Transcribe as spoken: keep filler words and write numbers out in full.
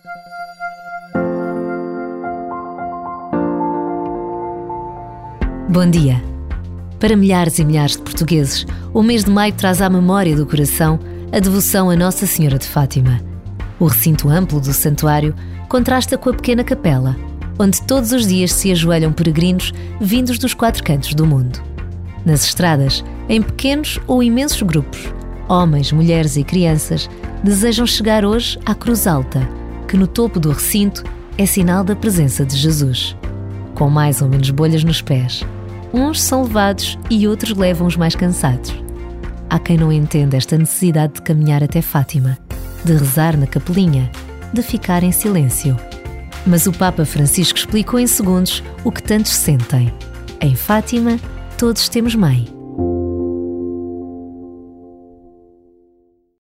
Bom dia! Para milhares e milhares de portugueses, o mês de maio traz à memória do coração a devoção a Nossa Senhora de Fátima. O recinto amplo do santuário contrasta com a pequena capela, onde todos os dias se ajoelham peregrinos vindos dos quatro cantos do mundo. Nas estradas, em pequenos ou imensos grupos, homens, mulheres e crianças desejam chegar hoje à Cruz Alta, que no topo do recinto é sinal da presença de Jesus. Com mais ou menos bolhas nos pés, uns são levados e outros levam os mais cansados. Há quem não entenda esta necessidade de caminhar até Fátima, de rezar na capelinha, de ficar em silêncio. Mas o Papa Francisco explicou em segundos o que tantos sentem. Em Fátima, todos temos mãe.